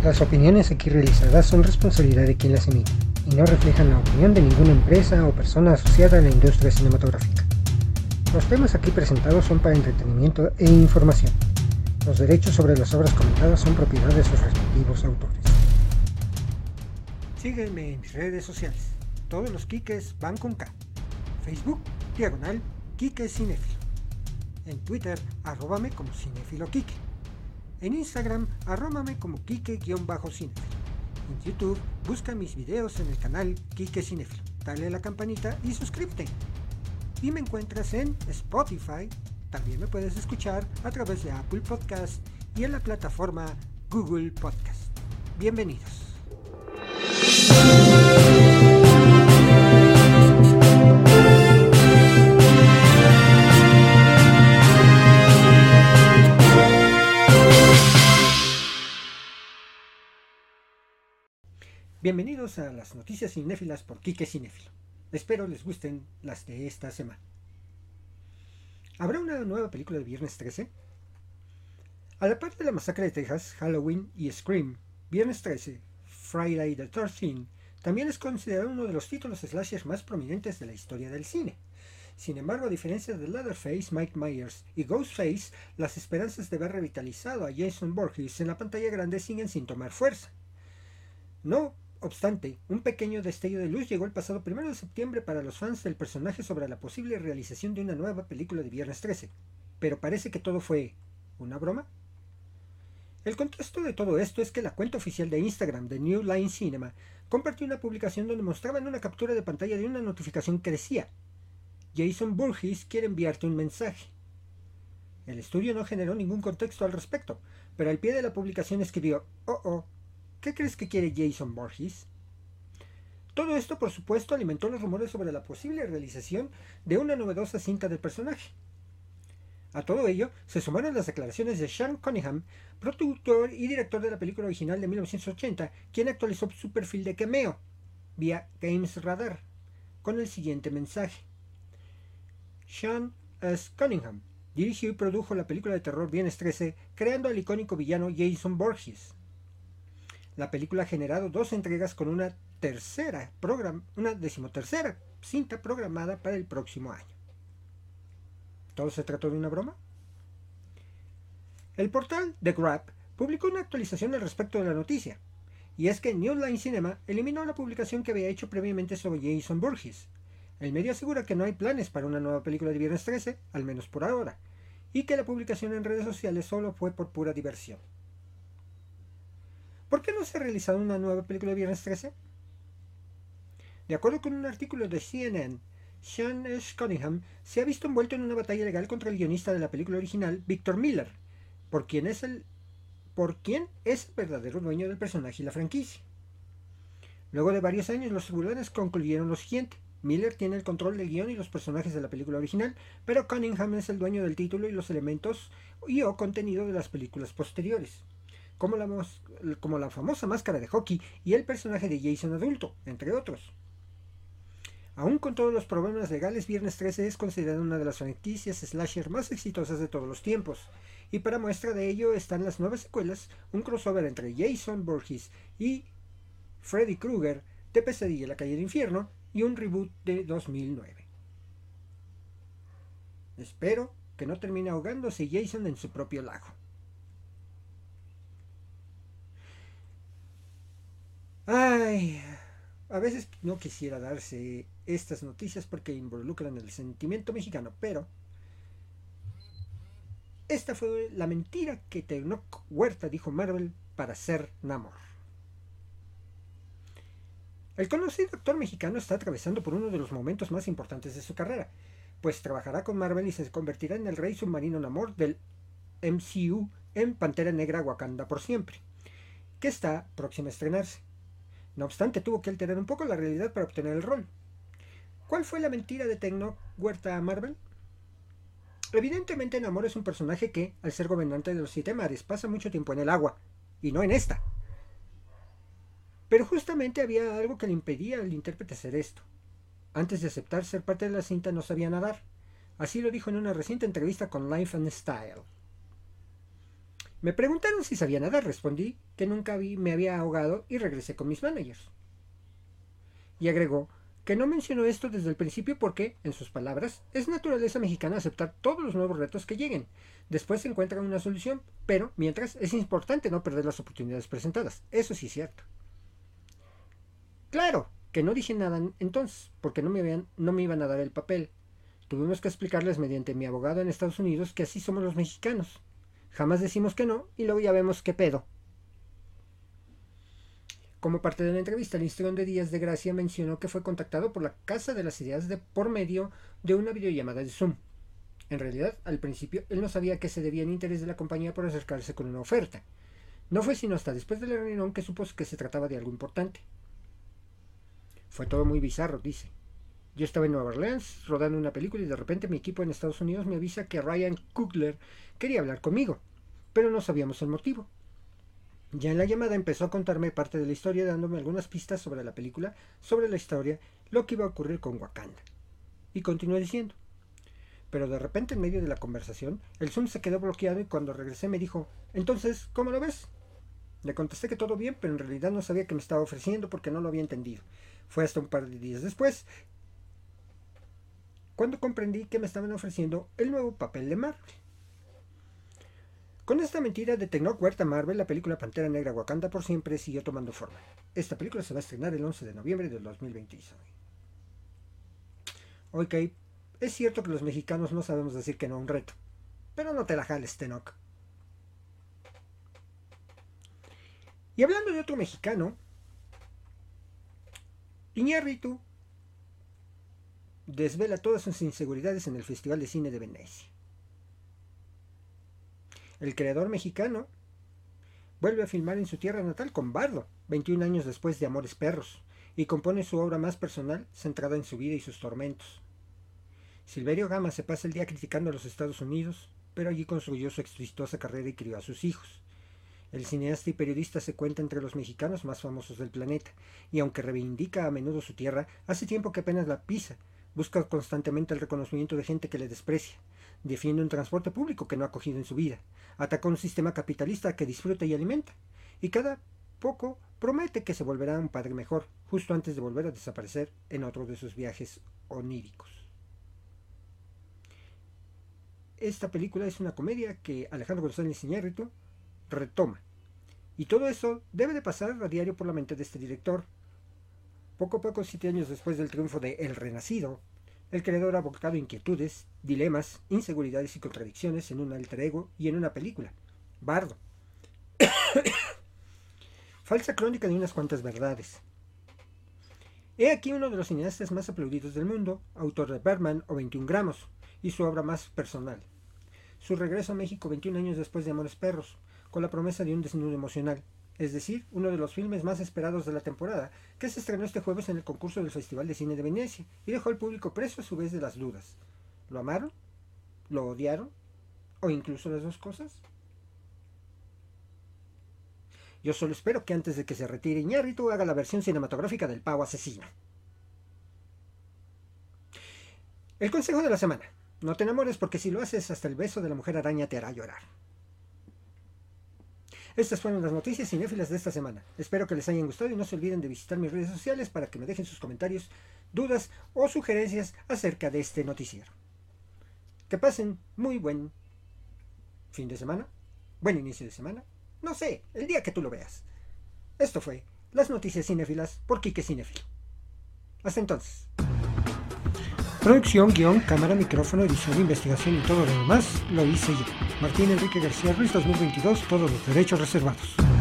Las opiniones aquí realizadas son responsabilidad de quien las emite y no reflejan la opinión de ninguna empresa o persona asociada a la industria cinematográfica. Los temas aquí presentados son para entretenimiento e información. Los derechos sobre las obras comentadas son propiedad de sus respectivos autores. Sígueme en mis redes sociales. Todos los Kikes van con K. Facebook, /Kike Cinéfilo. En Twitter, arróbame como Cinéfilo Kike. En Instagram, arróbame como Kike-Cinéfilo. En YouTube, busca mis videos en el canal Kike Cinéfilo. Dale a la campanita y suscríbete. Y me encuentras en Spotify. También me puedes escuchar a través de Apple Podcast y en la plataforma Google Podcast. Bienvenidos. Bienvenidos a las noticias cinéfilas por Kike Cinéfilo. Espero les gusten las de esta semana. ¿Habrá una nueva película de Viernes 13? A la par de La Masacre de Texas, Halloween y Scream, Viernes 13, Friday the 13th, también es considerado uno de los títulos slasher más prominentes de la historia del cine. Sin embargo, a diferencia de Leatherface, Mike Myers y Ghostface, las esperanzas de ver revitalizado a Jason Voorhees en la pantalla grande siguen sin tomar fuerza. No obstante, un pequeño destello de luz llegó el pasado 1 de septiembre para los fans del personaje sobre la posible realización de una nueva película de Viernes 13, pero parece que todo fue ¿una broma? El contexto de todo esto es que la cuenta oficial de Instagram de New Line Cinema compartió una publicación donde mostraban una captura de pantalla de una notificación que decía: Jason Voorhees quiere enviarte un mensaje. El estudio no generó ningún contexto al respecto, pero al pie de la publicación escribió: ¿qué crees que quiere Jason Voorhees? Todo esto, por supuesto, alimentó los rumores sobre la posible realización de una novedosa cinta del personaje. A todo ello, se sumaron las declaraciones de Sean Cunningham, productor y director de la película original de 1980, quien actualizó su perfil de Cameo, vía Games Radar, con el siguiente mensaje. Sean S. Cunningham dirigió y produjo la película de terror Viernes 13, creando al icónico villano Jason Voorhees. La película ha generado 2 entregas con una decimotercera cinta programada para el próximo año. ¿Todo se trató de una broma? El portal The Grab publicó una actualización al respecto de la noticia, y es que New Line Cinema eliminó la publicación que había hecho previamente sobre Jason Voorhees. El medio asegura que no hay planes para una nueva película de Viernes 13, al menos por ahora, y que la publicación en redes sociales solo fue por pura diversión. ¿Por qué no se ha realizado una nueva película de Viernes 13? De acuerdo con un artículo de CNN, Sean S. Cunningham se ha visto envuelto en una batalla legal contra el guionista de la película original, Victor Miller, por quien es el verdadero dueño del personaje y la franquicia. Luego de varios años, los tribunales concluyeron lo siguiente: Miller tiene el control del guión y los personajes de la película original, pero Cunningham es el dueño del título y los elementos o contenido de las películas posteriores, como la famosa máscara de hockey y el personaje de Jason adulto, entre otros. Aún con todos los problemas legales, Viernes 13 es considerada una de las franquicias slasher más exitosas de todos los tiempos, y para muestra de ello están las nuevas secuelas, un crossover entre Jason Voorhees y Freddy Krueger de Pesadilla en la calle del infierno y un reboot de 2009. Espero que no termine ahogándose Jason en su propio lago. A veces no quisiera darse estas noticias porque involucran el sentimiento mexicano, pero esta fue la mentira que Tenoch Huerta dijo Marvel para hacer Namor. El conocido actor mexicano está atravesando por uno de los momentos más importantes de su carrera, pues trabajará con Marvel y se convertirá en el rey submarino Namor del MCU en Pantera Negra Wakanda por siempre, que está próxima a estrenarse. No obstante, tuvo que alterar un poco la realidad para obtener el rol. ¿Cuál fue la mentira de Tenoch Huerta a Marvel? Evidentemente, Namor es un personaje que, al ser gobernante de los 7 mares, pasa mucho tiempo en el agua, y no en esta. Pero justamente había algo que le impedía al intérprete hacer esto. Antes de aceptar ser parte de la cinta no sabía nadar. Así lo dijo en una reciente entrevista con Life and Style. Me preguntaron si sabía nadar, respondí que nunca me había ahogado y regresé con mis managers. Y agregó que no mencionó esto desde el principio porque, en sus palabras, es naturaleza mexicana aceptar todos los nuevos retos que lleguen. Después se encuentra una solución, pero mientras es importante no perder las oportunidades presentadas. Eso sí es cierto. Claro, que no dije nada entonces, porque no me iban a dar el papel. Tuvimos que explicarles mediante mi abogado en Estados Unidos que así somos los mexicanos. Jamás decimos que no y luego ya vemos qué pedo. Como parte de la entrevista, el histrión de Díaz de Gracia mencionó que fue contactado por la Casa de las Ideas por medio de una videollamada de Zoom. En realidad, al principio, él no sabía a qué se debía el interés de la compañía por acercarse con una oferta. No fue sino hasta después de la reunión que supo que se trataba de algo importante. Fue todo muy bizarro, dice. Yo estaba en Nueva Orleans rodando una película y de repente mi equipo en Estados Unidos me avisa que Ryan Coogler quería hablar conmigo, pero no sabíamos el motivo. Ya en la llamada empezó a contarme parte de la historia, dándome algunas pistas sobre la película, sobre la historia, lo que iba a ocurrir con Wakanda. Y continuó diciendo. Pero de repente en medio de la conversación, el Zoom se quedó bloqueado y cuando regresé me dijo, entonces, ¿cómo lo ves? Le contesté que todo bien, pero en realidad no sabía qué me estaba ofreciendo porque no lo había entendido. Fue hasta un par de días después cuando comprendí que me estaban ofreciendo el nuevo papel de Marvel. Con esta mentira de Tecnocuerta Marvel, la película Pantera Negra Wakanda por siempre siguió tomando forma. Esta película se va a estrenar el 11 de noviembre del 2026. Ok, es cierto que los mexicanos no sabemos decir que no a un reto, pero no te la jales, Tenoch. Y hablando de otro mexicano, Iñárritu desvela todas sus inseguridades en el Festival de Cine de Venecia. El creador mexicano vuelve a filmar en su tierra natal con Bardo, 21 años después de Amores Perros, y compone su obra más personal centrada en su vida y sus tormentos. Silverio Gama se pasa el día criticando a los Estados Unidos, pero allí construyó su exitosa carrera y crió a sus hijos. El cineasta y periodista se cuenta entre los mexicanos más famosos del planeta, y aunque reivindica a menudo su tierra, hace tiempo que apenas la pisa. Busca constantemente el reconocimiento de gente que le desprecia. Defiende un transporte público que no ha cogido en su vida. Ataca un sistema capitalista que disfruta y alimenta. Y cada poco promete que se volverá un padre mejor, justo antes de volver a desaparecer en otro de sus viajes oníricos. Esta película es una comedia que Alejandro González Iñárritu retoma. Y todo eso debe de pasar a diario por la mente de este director. Poco a poco, 7 años después del triunfo de El Renacido, el creador ha abocado inquietudes, dilemas, inseguridades y contradicciones en un alter ego y en una película, Bardo. Falsa crónica de unas cuantas verdades. He aquí uno de los cineastas más aplaudidos del mundo, autor de Birdman o 21 gramos, y su obra más personal. Su regreso a México 21 años después de Amores Perros, con la promesa de un desnudo emocional, es decir, uno de los filmes más esperados de la temporada, que se estrenó este jueves en el concurso del Festival de Cine de Venecia y dejó al público preso a su vez de las dudas. ¿Lo amaron? ¿Lo odiaron? ¿O incluso las dos cosas? Yo solo espero que antes de que se retire Iñárritu haga la versión cinematográfica del Pavo Asesino. El consejo de la semana. No te enamores porque si lo haces hasta el beso de la mujer araña te hará llorar. Estas fueron las noticias cinéfilas de esta semana. Espero que les hayan gustado y no se olviden de visitar mis redes sociales para que me dejen sus comentarios, dudas o sugerencias acerca de este noticiero. Que pasen muy buen fin de semana, buen inicio de semana, no sé, el día que tú lo veas. Esto fue las noticias cinéfilas por Quique Cinéfilo. Hasta entonces. Producción, guión, cámara, micrófono, edición, investigación y todo lo demás lo hice yo. Martín Enrique García Ruiz, 2022, todos los derechos reservados.